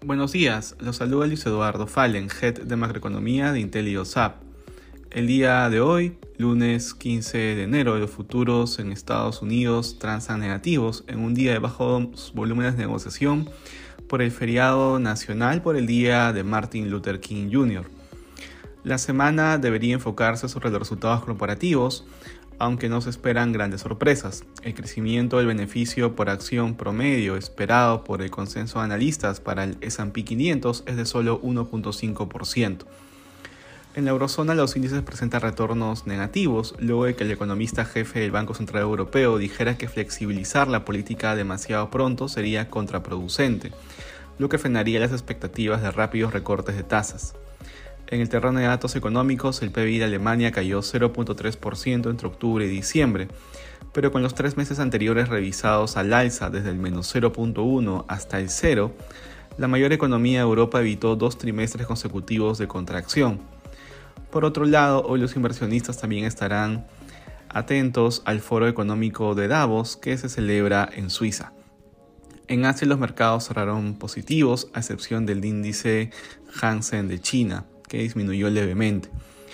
Buenos días, los saluda Luis Eduardo Fallen, Head de Macroeconomía de IntelioSAP. El día de hoy, lunes 15 de enero, los futuros en Estados Unidos transan negativos en un día de bajos volúmenes de negociación por el feriado nacional por el día de Martin Luther King Jr. La semana debería enfocarse sobre los resultados corporativos, aunque no se esperan grandes sorpresas. El crecimiento del beneficio por acción promedio esperado por el consenso de analistas para el S&P 500 es de solo 1.5%. En la eurozona los índices presentan retornos negativos, luego de que el economista jefe del Banco Central Europeo dijera que flexibilizar la política demasiado pronto sería contraproducente, lo que frenaría las expectativas de rápidos recortes de tasas. En el terreno de datos económicos, el PBI de Alemania cayó 0.3% entre octubre y diciembre, pero con los 3 meses anteriores revisados al alza desde el menos 0.1 hasta el 0, la mayor economía de Europa evitó 2 trimestres consecutivos de contracción. Por otro lado, hoy los inversionistas también estarán atentos al Foro Económico de Davos que se celebra en Suiza. En Asia los mercados cerraron positivos, a excepción del índice Hang-Seng de China, que disminuyó levemente.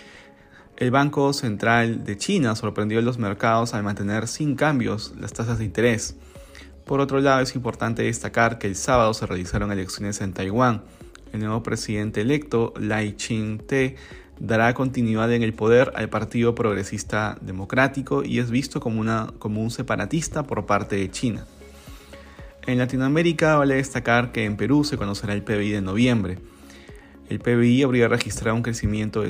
El Banco Central de China sorprendió a los mercados al mantener sin cambios las tasas de interés. Por otro lado, es importante destacar que el sábado se realizaron elecciones en Taiwán. El nuevo presidente electo, Lai Ching-te, dará continuidad en el poder al Partido Progresista Democrático y es visto como un separatista por parte de China. En Latinoamérica vale destacar que en Perú se conocerá el PBI de noviembre. El PBI habría registrado un crecimiento de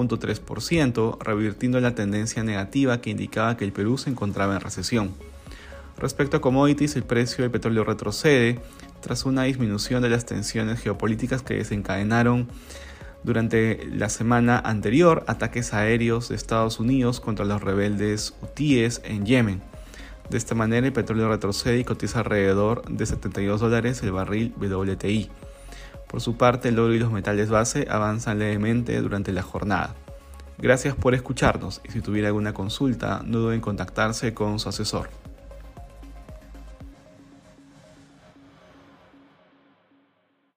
0.3%, revirtiendo la tendencia negativa que indicaba que el Perú se encontraba en recesión. Respecto a commodities, el precio del petróleo retrocede tras una disminución de las tensiones geopolíticas que desencadenaron durante la semana anterior ataques aéreos de Estados Unidos contra los rebeldes hutíes en Yemen. De esta manera, el petróleo retrocede y cotiza alrededor de $72 el barril WTI. Por su parte, el oro y los metales base avanzan levemente durante la jornada. Gracias por escucharnos y si tuviera alguna consulta, no duden en contactarse con su asesor.